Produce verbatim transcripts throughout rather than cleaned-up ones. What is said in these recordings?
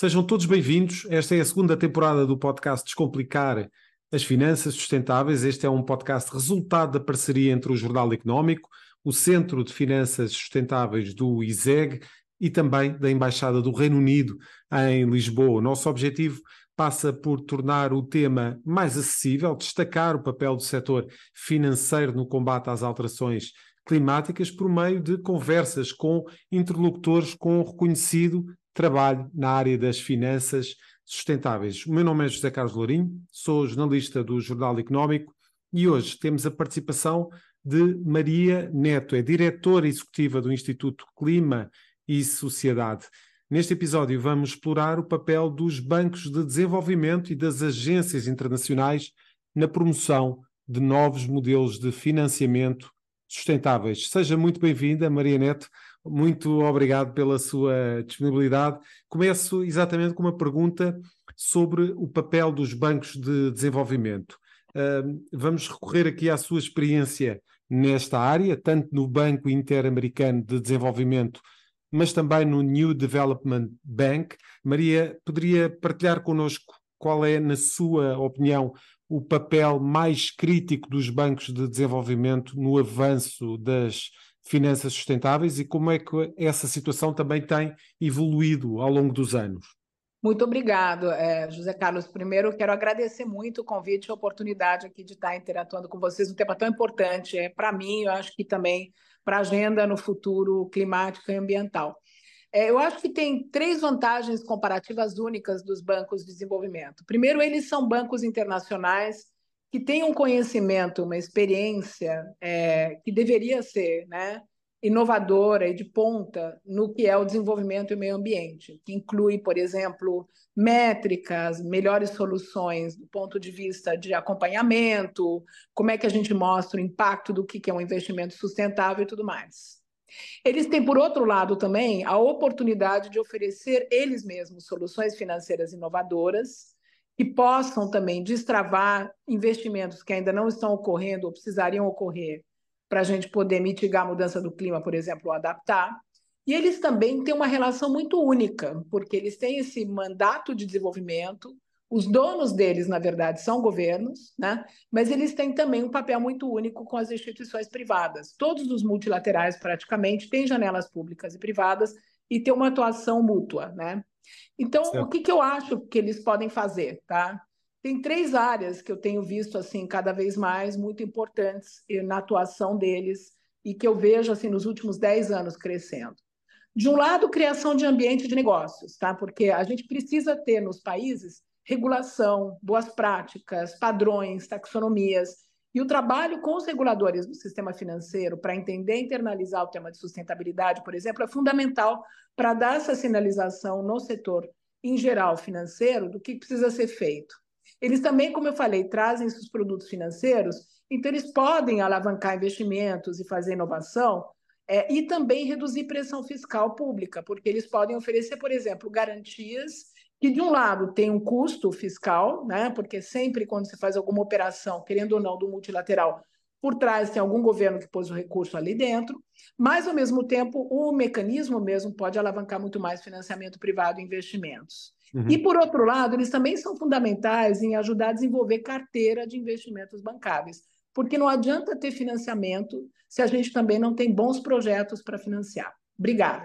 Sejam todos bem-vindos. Esta é a segunda temporada do podcast Descomplicar as Finanças Sustentáveis. Este é um podcast resultado da parceria entre o Jornal Económico, o Centro de Finanças Sustentáveis do I S E G e também da Embaixada do Reino Unido em Lisboa. O nosso objetivo passa por tornar o tema mais acessível, destacar o papel do setor financeiro no combate às alterações climáticas por meio de conversas com interlocutores com reconhecido trabalho na área das finanças sustentáveis. O meu nome é José Carlos Lourinho, sou jornalista do Jornal Económico e hoje temos a participação de Maria Neto, é diretora executiva do Instituto Clima e Sociedade. Neste episódio vamos explorar o papel dos bancos de desenvolvimento e das agências internacionais na promoção de novos modelos de financiamento sustentáveis. Seja muito bem-vinda, Maria Neto. Muito obrigado pela sua disponibilidade. Começo exatamente com uma pergunta sobre o papel dos bancos de desenvolvimento. Uh, vamos recorrer aqui à sua experiência nesta área, tanto no Banco Interamericano de Desenvolvimento, mas também no New Development Bank. Maria, poderia partilhar connosco qual é, na sua opinião, o papel mais crítico dos bancos de desenvolvimento no avanço das finanças sustentáveis e como é que essa situação também tem evoluído ao longo dos anos? Muito obrigado, é, José Carlos. Primeiro, quero agradecer muito o convite e a oportunidade aqui de estar interatuando com vocês, um tema tão importante, é, para mim, eu acho que também para a agenda no futuro climática e ambiental. É, eu acho que tem três vantagens comparativas únicas dos bancos de desenvolvimento. Primeiro, eles são bancos internacionais que têm um conhecimento, uma experiência é, que deveria ser, né, inovadora e de ponta no que é o desenvolvimento e o meio ambiente, que inclui, por exemplo, métricas, melhores soluções do ponto de vista de acompanhamento, como é que a gente mostra o impacto do que é um investimento sustentável e tudo mais. Eles têm, por outro lado, também a oportunidade de oferecer eles mesmos soluções financeiras inovadoras que possam também destravar investimentos que ainda não estão ocorrendo ou precisariam ocorrer para a gente poder mitigar a mudança do clima, por exemplo, ou adaptar. E eles também têm uma relação muito única, porque eles têm esse mandato de desenvolvimento, os donos deles, na verdade, são governos, né? Mas eles têm também um papel muito único com as instituições privadas. Todos os multilaterais, praticamente, têm janelas públicas e privadas e têm uma atuação mútua, né? Então, certo. O que, que eu acho que eles podem fazer, tá? Tem três áreas que eu tenho visto, assim, cada vez mais muito importantes na atuação deles e que eu vejo, assim, nos últimos dez anos crescendo. De um lado, criação de ambiente de negócios, tá? Porque a gente precisa ter nos países regulação, boas práticas, padrões, taxonomias. E o trabalho com os reguladores do sistema financeiro para entender e internalizar o tema de sustentabilidade, por exemplo, é fundamental para dar essa sinalização no setor, em geral, financeiro, do que precisa ser feito. Eles também, como eu falei, trazem esses produtos financeiros, então eles podem alavancar investimentos e fazer inovação é, e também reduzir pressão fiscal pública, porque eles podem oferecer, por exemplo, garantias que, de um lado, tem um custo fiscal, né? Porque sempre quando você faz alguma operação, querendo ou não, do multilateral, por trás tem algum governo que pôs o recurso ali dentro, mas, ao mesmo tempo, o mecanismo mesmo pode alavancar muito mais financiamento privado e investimentos. Uhum. E, por outro lado, eles também são fundamentais em ajudar a desenvolver carteira de investimentos bancáveis, porque não adianta ter financiamento se a gente também não tem bons projetos para financiar. Obrigada.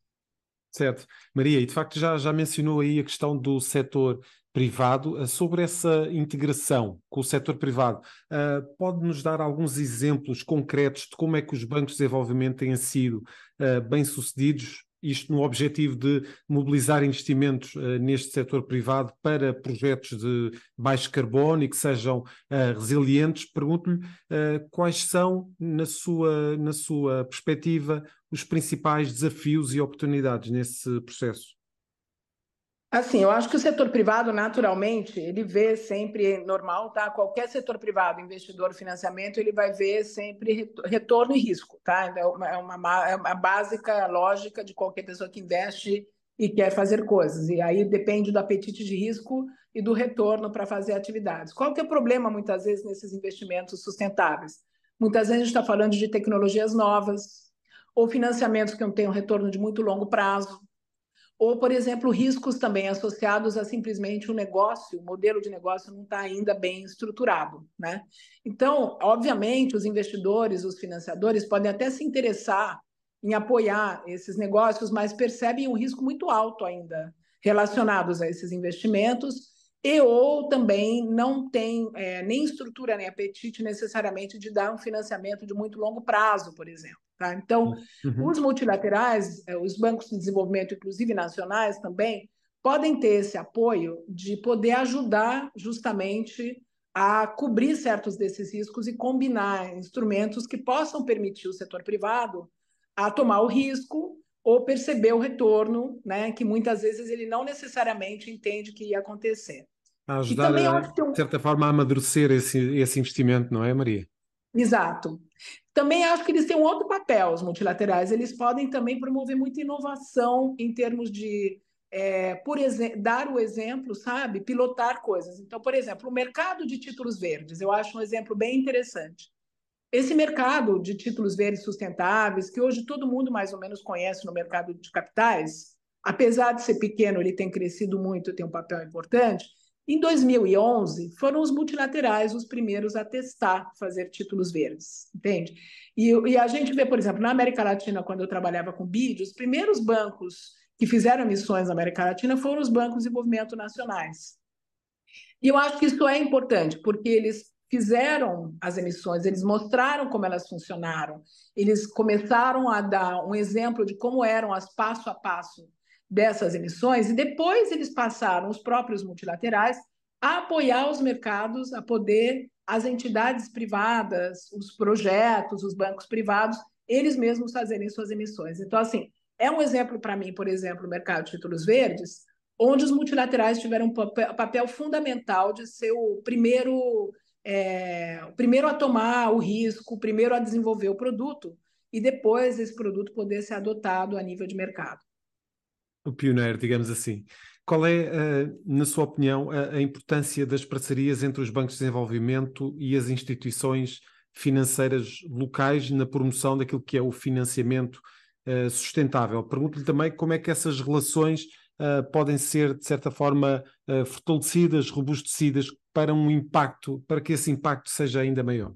Certo. Maria, e de facto já, já mencionou aí a questão do setor privado. Sobre essa integração com o setor privado, uh, pode-nos dar alguns exemplos concretos de como é que os bancos de desenvolvimento têm sido uh, bem-sucedidos, isto no objetivo de mobilizar investimentos uh, neste setor privado para projetos de baixo carbono e que sejam uh, resilientes? Pergunto-lhe uh, quais são, na sua, na sua perspectiva, os principais desafios e oportunidades nesse processo? Assim, eu acho que o setor privado, naturalmente, ele vê sempre normal, tá? Qualquer setor privado, investidor, financiamento, ele vai ver sempre retorno e risco, tá? É uma, é uma, é uma básica lógica de qualquer pessoa que investe e quer fazer coisas. E aí depende do apetite de risco e do retorno para fazer atividades. Qual que é o problema, muitas vezes, nesses investimentos sustentáveis? Muitas vezes a gente está falando de tecnologias novas ou financiamentos que não têm um retorno de muito longo prazo, ou, por exemplo, riscos também associados a simplesmente o negócio, o modelo de negócio não está ainda bem estruturado, né? Então, obviamente, os investidores, os financiadores podem até se interessar em apoiar esses negócios, mas percebem um risco muito alto ainda relacionados a esses investimentos e ou também não tem é, nem estrutura nem apetite necessariamente de dar um financiamento de muito longo prazo, por exemplo. Tá? Então, Uhum. os multilaterais, os bancos de desenvolvimento, inclusive nacionais também, podem ter esse apoio de poder ajudar justamente a cobrir certos desses riscos e combinar instrumentos que possam permitir o setor privado a tomar o risco ou perceber o retorno, né, que muitas vezes ele não necessariamente entende que ia acontecer. A E ajudar, também eu a, acho de que um, certa forma, a amadurecer esse, esse investimento, não é, Maria? exato. Também acho que eles têm um outro papel, os multilaterais. Eles podem também promover muita inovação em termos de, é, por exemplo, dar o exemplo, sabe? Pilotar coisas. Então, por exemplo, o mercado de títulos verdes, eu acho um exemplo bem interessante. Esse mercado de títulos verdes sustentáveis, que hoje todo mundo mais ou menos conhece no mercado de capitais, apesar de ser pequeno, ele tem crescido muito, tem um papel importante. Em dois mil e onze, foram os multilaterais os primeiros a testar fazer títulos verdes, entende? E, e a gente vê, por exemplo, na América Latina, quando eu trabalhava com B I D, os primeiros bancos que fizeram emissões na América Latina foram os bancos de desenvolvimento nacionais. E eu acho que isso é importante, porque eles fizeram as emissões, eles mostraram como elas funcionaram, eles começaram a dar um exemplo de como eram as passo a passo dessas emissões, e depois eles passaram, os próprios multilaterais, a apoiar os mercados, a poder, as entidades privadas, os projetos, os bancos privados, eles mesmos fazerem suas emissões. Então, assim, é um exemplo para mim, por exemplo, o mercado de títulos verdes, onde os multilaterais tiveram um papel, papel fundamental de ser o primeiro, é, o primeiro a tomar o risco, o primeiro a desenvolver o produto, e depois esse produto poder ser adotado a nível de mercado. O pioneiro, digamos assim. Qual é, uh, na sua opinião, a, a importância das parcerias entre os bancos de desenvolvimento e as instituições financeiras locais na promoção daquilo que é o financiamento uh, sustentável? Pergunto-lhe também como é que essas relações uh, podem ser, de certa forma, uh, fortalecidas, robustecidas para um impacto, para que esse impacto seja ainda maior.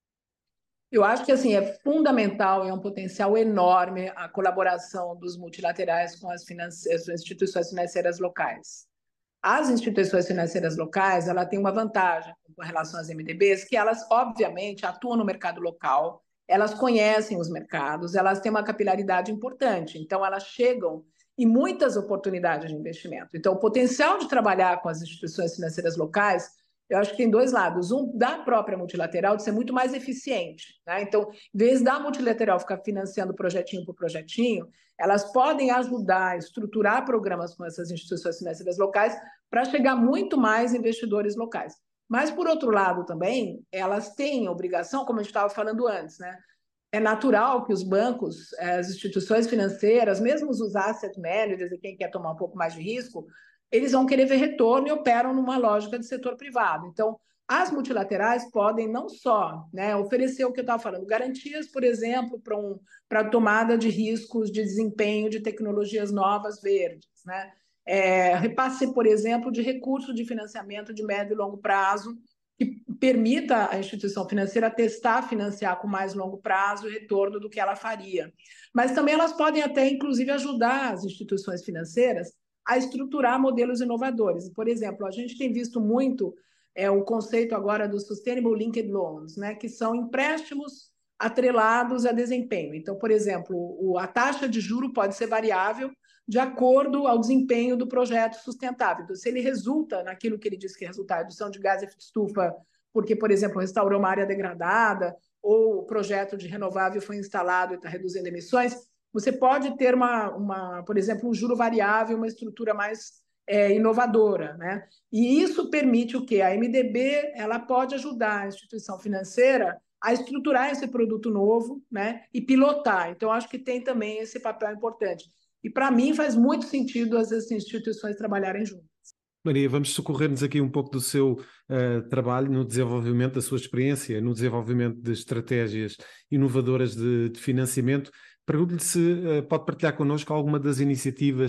Eu acho que assim é fundamental, é um potencial enorme a colaboração dos multilaterais com as, finance... as instituições financeiras locais. As instituições financeiras locais, ela tem uma vantagem com relação às M D Bs, que elas, obviamente, atuam no mercado local, elas conhecem os mercados, elas têm uma capilaridade importante, então elas chegam em muitas oportunidades de investimento. Então, o potencial de trabalhar com as instituições financeiras locais, eu acho que tem dois lados. Um, da própria multilateral, de ser muito mais eficiente. Né? Então, em vez da multilateral ficar financiando projetinho por projetinho, elas podem ajudar a estruturar programas com essas instituições financeiras locais para chegar muito mais investidores locais. Mas, por outro lado, também, elas têm obrigação, como a gente estava falando antes, né? É natural que os bancos, as instituições financeiras, mesmo os asset managers e quem quer tomar um pouco mais de risco, eles vão querer ver retorno e operam numa lógica de setor privado. Então, as multilaterais podem não só, né, oferecer o que eu estava falando, garantias, por exemplo, para um, para a tomada de riscos de desempenho de tecnologias novas verdes, né? É, repasse, por exemplo, de recursos de financiamento de médio e longo prazo, que permita à instituição financeira testar, financiar com mais longo prazo o retorno do que ela faria. Mas também elas podem até, inclusive, ajudar as instituições financeiras a estruturar modelos inovadores. Por exemplo, a gente tem visto muito é, o conceito agora dos Sustainable Linked Loans, né, que são empréstimos atrelados a desempenho. Então, por exemplo, o, a taxa de juro pode ser variável de acordo ao desempenho do projeto sustentável. Então, se ele resulta naquilo que ele diz que é resultado, redução de gás de efeito estufa, porque, por exemplo, restaurou uma área degradada, ou o projeto de renovável foi instalado e está reduzindo emissões, você pode ter, uma, uma, por exemplo, um juro variável, uma estrutura mais é, inovadora. Né? E isso permite o quê? A M D B ela pode ajudar a instituição financeira a estruturar esse produto novo, né, e pilotar. Então, acho que tem também esse papel importante. E, para mim, faz muito sentido as instituições trabalharem juntas. Maria, vamos socorrer-nos aqui um pouco do seu uh, trabalho no desenvolvimento, da sua experiência, no desenvolvimento de estratégias inovadoras de, de financiamento. Pergunto-lhe se uh, pode partilhar connosco alguma das iniciativas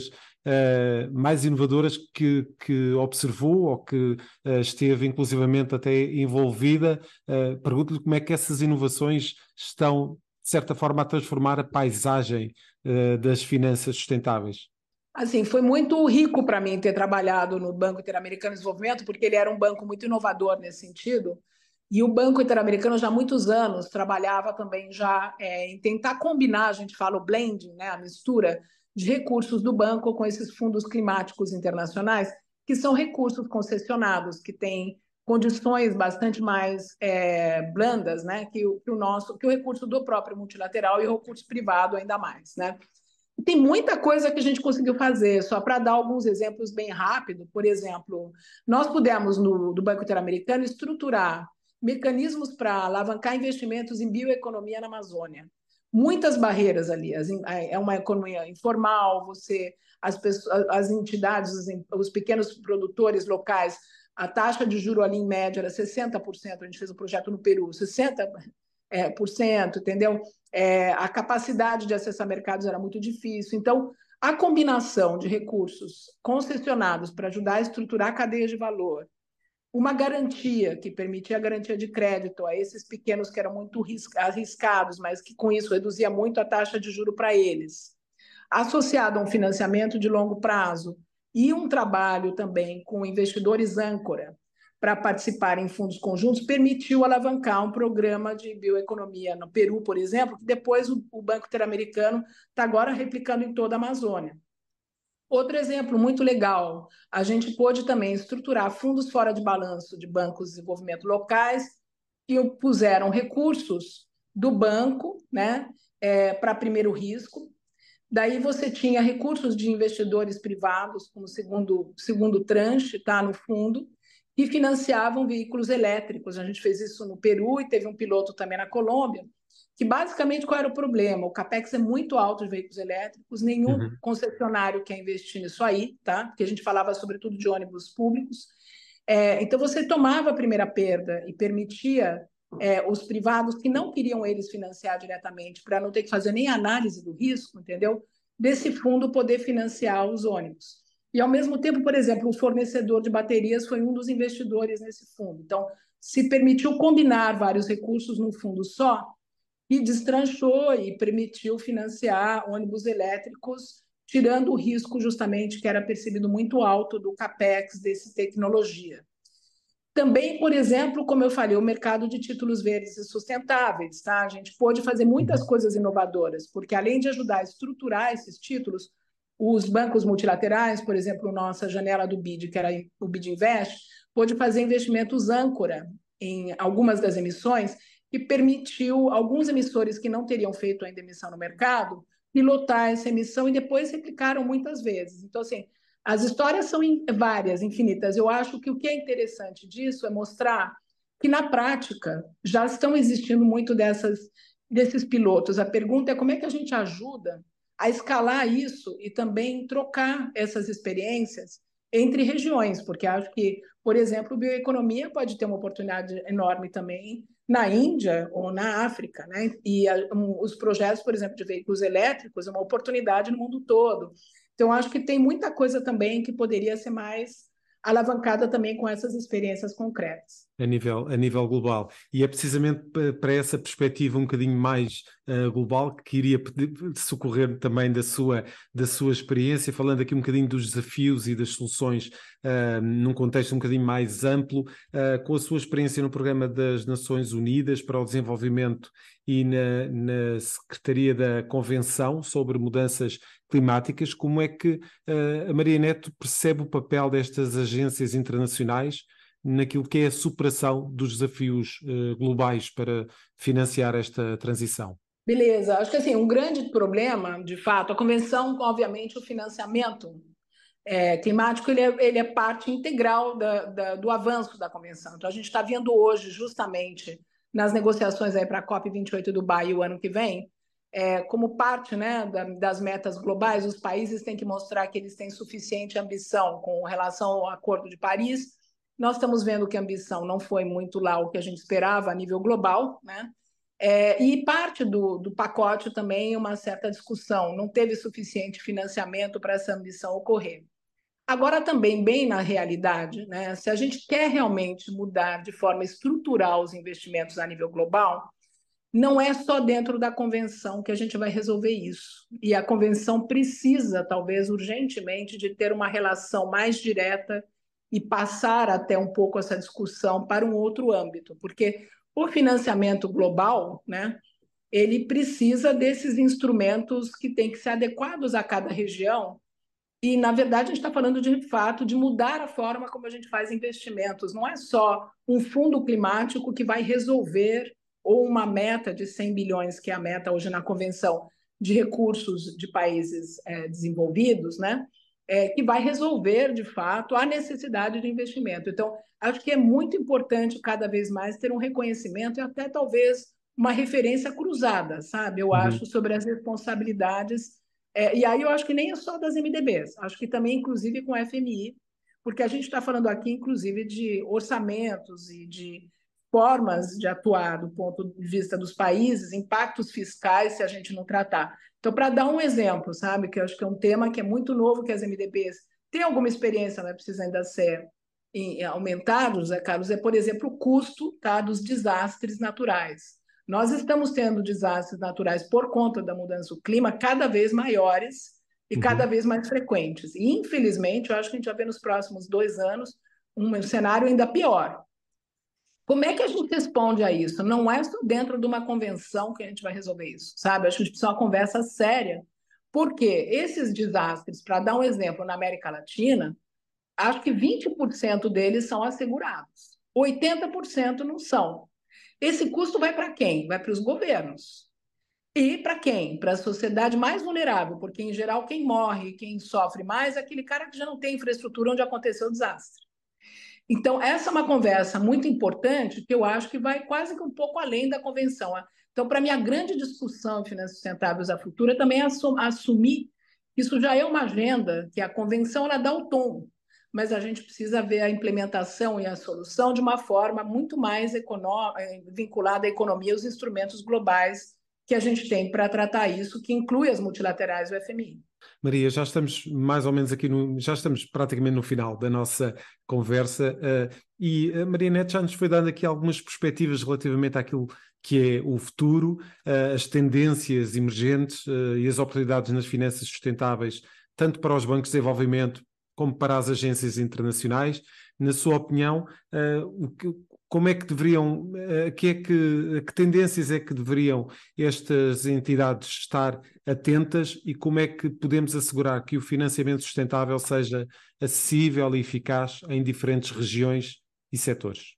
uh, mais inovadoras que, que observou ou que uh, esteve inclusivamente até envolvida. Uh, pergunto-lhe como é que essas inovações estão, de certa forma, a transformar a paisagem uh, das finanças sustentáveis. Assim, foi muito rico para mim ter trabalhado no Banco Interamericano de Desenvolvimento, porque ele era um banco muito inovador nesse sentido. E o Banco Interamericano já há muitos anos trabalhava também já é, em tentar combinar, a gente fala o blending, né, a mistura de recursos do banco com esses fundos climáticos internacionais, que são recursos concessionados, que têm condições bastante mais é, blandas, né, que o, que o nosso, que o recurso do próprio multilateral e o recurso privado ainda mais, né? Tem muita coisa que a gente conseguiu fazer, só para dar alguns exemplos bem rápido. Por exemplo, nós pudemos, no do Banco Interamericano, estruturar mecanismos para alavancar investimentos em bioeconomia na Amazônia. Muitas barreiras ali. É uma economia informal, você, as, pessoas, as entidades, os pequenos produtores locais, a taxa de juro ali em média era sessenta por cento. A gente fez um projeto no Peru, sessenta por cento. É, por cento, entendeu? É, a capacidade de acessar mercados era muito difícil. Então, a combinação de recursos concessionados para ajudar a estruturar cadeias de valor, uma garantia que permitia a garantia de crédito a esses pequenos que eram muito arriscados, mas que com isso reduzia muito a taxa de juro para eles, associado a um financiamento de longo prazo e um trabalho também com investidores âncora para participar em fundos conjuntos, permitiu alavancar um programa de bioeconomia no Peru, por exemplo, que depois o, o Banco Interamericano está agora replicando em toda a Amazônia. Outro exemplo muito legal, a gente pôde também estruturar fundos fora de balanço de bancos de desenvolvimento locais que puseram recursos do banco, né, é, para primeiro risco. Daí você tinha recursos de investidores privados, como segundo, segundo tranche, tá, no fundo, que financiavam veículos elétricos. A gente fez isso no Peru e teve um piloto também na Colômbia, que basicamente qual era o problema? O capex é muito alto de veículos elétricos, nenhum Uhum. concessionário quer investir nisso aí, tá? Porque a gente falava sobretudo de ônibus públicos. É, então você tomava a primeira perda e permitia é, os privados que não queriam eles financiar diretamente, para não ter que fazer nem análise do risco, entendeu? Desse fundo poder financiar os ônibus. E, ao mesmo tempo, por exemplo, o fornecedor de baterias foi um dos investidores nesse fundo. Então, se permitiu combinar vários recursos num fundo só e destranchou e permitiu financiar ônibus elétricos, tirando o risco justamente que era percebido muito alto do capex dessa tecnologia. Também, por exemplo, como eu falei, o mercado de títulos verdes e sustentáveis, tá? A gente pôde fazer muitas Uhum. coisas inovadoras, porque além de ajudar a estruturar esses títulos, os bancos multilaterais, por exemplo, nossa janela do B I D, que era o B I D Invest, pôde fazer investimentos âncora em algumas das emissões e permitiu alguns emissores que não teriam feito ainda emissão no mercado pilotar essa emissão e depois replicaram muitas vezes. Então, assim, as histórias são várias, infinitas. Eu acho que o que é interessante disso é mostrar que, na prática, já estão existindo muito dessas, desses pilotos. A pergunta é como é que a gente ajuda a escalar isso e também trocar essas experiências entre regiões, porque acho que, por exemplo, bioeconomia pode ter uma oportunidade enorme também na Índia ou na África, né? E a, um, os projetos, por exemplo, de veículos elétricos é uma oportunidade no mundo todo. Então, acho que tem muita coisa também que poderia ser mais alavancada também com essas experiências concretas. A nível, a nível global. E é precisamente para essa perspectiva um bocadinho mais uh, global que queria pedir, socorrer também da sua, da sua experiência, falando aqui um bocadinho dos desafios e das soluções uh, num contexto um bocadinho mais amplo, uh, com a sua experiência no Programa das Nações Unidas para o Desenvolvimento e na, na Secretaria da Convenção sobre Mudanças Climáticas, como é que uh, a Maria Neto percebe o papel destas agências internacionais naquilo que é a superação dos desafios uh, globais para financiar esta transição? Beleza, acho que assim, um grande problema, de fato, a convenção, obviamente, o financiamento é, climático ele é, ele é parte integral da, da, do avanço da convenção. Então, a gente está vendo hoje, justamente, nas negociações para a COP vinte e oito do Dubai o ano que vem, é, como parte, né, da, das metas globais, os países têm que mostrar que eles têm suficiente ambição com relação ao Acordo de Paris. Nós estamos vendo que a ambição não foi muito lá o que a gente esperava a nível global, né? É, e parte do, do pacote também uma certa discussão, não teve suficiente financiamento para essa ambição ocorrer. Agora, também, bem na realidade, né, se a gente quer realmente mudar de forma estrutural os investimentos a nível global, não é só dentro da convenção que a gente vai resolver isso. E a convenção precisa, talvez urgentemente, de ter uma relação mais direta e passar até um pouco essa discussão para um outro âmbito, porque o financiamento global, né, ele precisa desses instrumentos que têm que ser adequados a cada região. E, na verdade, a gente está falando de fato de mudar a forma como a gente faz investimentos. Não é só um fundo climático que vai resolver, ou uma meta de cem bilhões, que é a meta hoje na Convenção de Recursos de Países é, Desenvolvidos, né? É, que vai resolver, de fato, a necessidade de investimento. Então, acho que é muito importante, cada vez mais, ter um reconhecimento e até, talvez, uma referência cruzada, sabe? Eu Uhum. acho, sobre as responsabilidades. É, e aí eu acho que nem é só das M D Bs, acho que também, inclusive, com o F M I, porque a gente está falando aqui, inclusive, de orçamentos e de formas de atuar do ponto de vista dos países, impactos fiscais, se a gente não tratar. Então, para dar um exemplo, sabe, que eu acho que é um tema que é muito novo, que as M D Bs têm alguma experiência, mas precisa ainda ser aumentado, José Carlos, é, por exemplo, o custo, tá, dos desastres naturais. Nós estamos tendo desastres naturais por conta da mudança do clima cada vez maiores e cada Uhum. vez mais frequentes. E, infelizmente, eu acho que a gente vai ver nos próximos dois anos um cenário ainda pior. Como é que a gente responde a isso? Não é só dentro de uma convenção que a gente vai resolver isso, sabe? Acho que a gente precisa de uma conversa séria, porque esses desastres, para dar um exemplo, na América Latina, acho que vinte por cento deles são assegurados, oitenta por cento não são. Esse custo vai para quem? Vai para os governos. E para quem? Para a sociedade mais vulnerável, porque, em geral, quem morre, quem sofre mais é aquele cara que já não tem infraestrutura onde aconteceu o desastre. Então, essa é uma conversa muito importante que eu acho que vai quase que um pouco além da convenção. Então, para mim, a grande discussão em finanças sustentáveis à futura também é assumir que isso já é uma agenda, que a convenção ela dá o tom, mas a gente precisa ver a implementação e a solução de uma forma muito mais vinculada à economia e aos instrumentos globais que a gente tem para tratar isso, que inclui as multilaterais e o F M I. Maria, já estamos mais ou menos aqui, no, já estamos praticamente no final da nossa conversa uh, e a Maria Neto já nos foi dando aqui algumas perspectivas relativamente àquilo que é o futuro, uh, as tendências emergentes uh, e as oportunidades nas finanças sustentáveis, tanto para os bancos de desenvolvimento como para as agências internacionais. Na sua opinião, uh, o que, como é que deveriam, uh, que, é que, que tendências é que deveriam estas entidades estar atentas e como é que podemos assegurar que o financiamento sustentável seja acessível e eficaz em diferentes regiões e setores?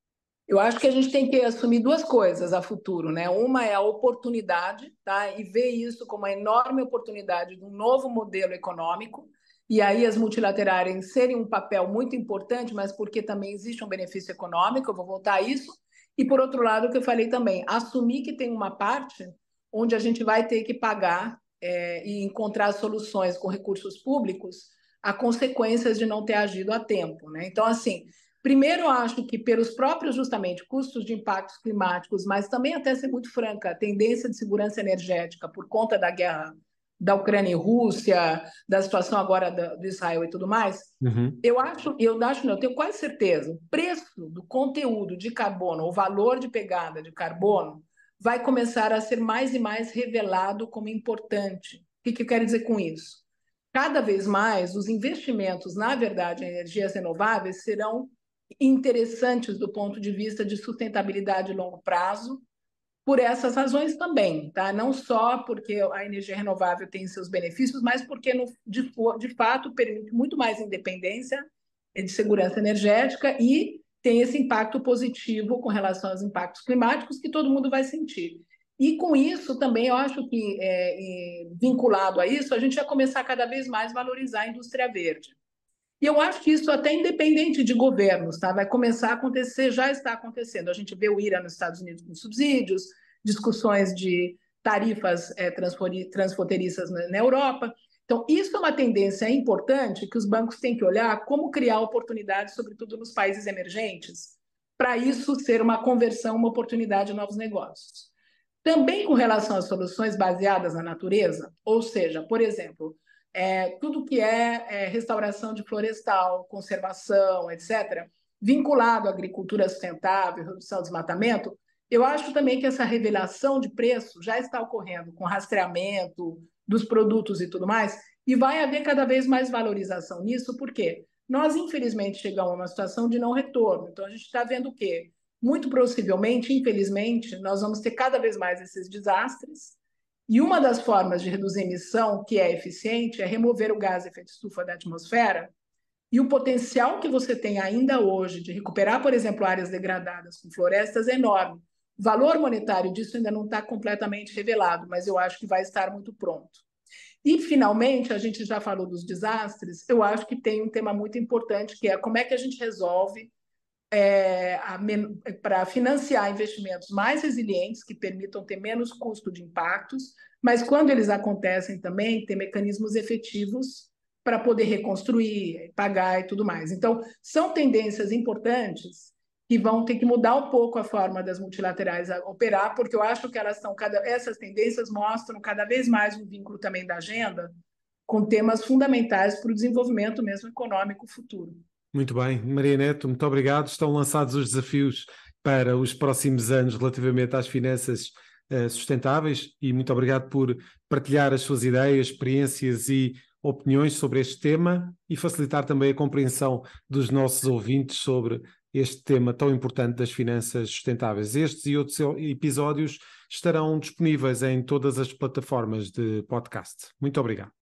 Eu acho que a gente tem que assumir duas coisas a futuro, né? Uma é a oportunidade, tá? E ver isso como uma enorme oportunidade de um novo modelo econômico. E aí as multilaterais serem um papel muito importante, mas porque também existe um benefício econômico, eu vou voltar a isso. E por outro lado, o que eu falei também, assumir que tem uma parte onde a gente vai ter que pagar é, e encontrar soluções com recursos públicos a consequências de não ter agido a tempo, né? Então, assim, primeiro, eu acho que pelos próprios, justamente, custos de impactos climáticos, mas também, até ser muito franca, a tendência de segurança energética por conta da guerra da Ucrânia e Rússia, da situação agora do Israel e tudo mais, uhum. eu acho, eu acho, não, eu tenho quase certeza, o preço do conteúdo de carbono, o valor de pegada de carbono, vai começar a ser mais e mais revelado como importante. O que, que eu quero dizer com isso? Cada vez mais, os investimentos, na verdade, em energias renováveis serão interessantes do ponto de vista de sustentabilidade a longo prazo, por essas razões também, tá? Não só porque a energia renovável tem seus benefícios, mas porque, no, de, de fato, permite muito mais independência de segurança energética e tem esse impacto positivo com relação aos impactos climáticos que todo mundo vai sentir. E com isso também eu acho que, é, vinculado a isso, a gente vai começar cada vez mais a valorizar a indústria verde. E eu acho que isso até independente de governos, tá? Vai começar a acontecer, já está acontecendo. A gente vê o IRA nos Estados Unidos com subsídios, discussões de tarifas é, transfronteiriças na Europa. Então, isso é uma tendência importante que os bancos têm que olhar como criar oportunidades, sobretudo nos países emergentes, para isso ser uma conversão, uma oportunidade de novos negócios. Também com relação às soluções baseadas na natureza, ou seja, por exemplo, é, tudo que é, é restauração de florestal, conservação, etcétera, vinculado à agricultura sustentável, redução do desmatamento, eu acho também que essa revelação de preço já está ocorrendo com rastreamento dos produtos e tudo mais, e vai haver cada vez mais valorização nisso, porque nós, infelizmente, chegamos a uma situação de não retorno. Então, a gente está vendo o quê? Muito possivelmente, infelizmente, nós vamos ter cada vez mais esses desastres. E uma das formas de reduzir emissão que é eficiente é remover o gás de efeito estufa da atmosfera. E o potencial que você tem ainda hoje de recuperar, por exemplo, áreas degradadas com florestas é enorme. O valor monetário disso ainda não está completamente revelado, mas eu acho que vai estar muito pronto. E, finalmente, a gente já falou dos desastres, eu acho que tem um tema muito importante, que é como é que a gente resolve é, para financiar investimentos mais resilientes, que permitam ter menos custo de impactos, mas quando eles acontecem também, ter mecanismos efetivos para poder reconstruir, pagar e tudo mais. Então, são tendências importantes que vão ter que mudar um pouco a forma das multilaterais a operar, porque eu acho que elas estão cada, essas tendências mostram cada vez mais um vínculo também da agenda com temas fundamentais para o desenvolvimento mesmo econômico futuro. Muito bem, Maria Neto, muito obrigado. Estão lançados os desafios para os próximos anos relativamente às finanças uh, sustentáveis e muito obrigado por partilhar as suas ideias, experiências e opiniões sobre este tema e facilitar também a compreensão dos nossos ouvintes sobre este tema tão importante das finanças sustentáveis. Estes e outros episódios estarão disponíveis em todas as plataformas de podcast. Muito obrigado.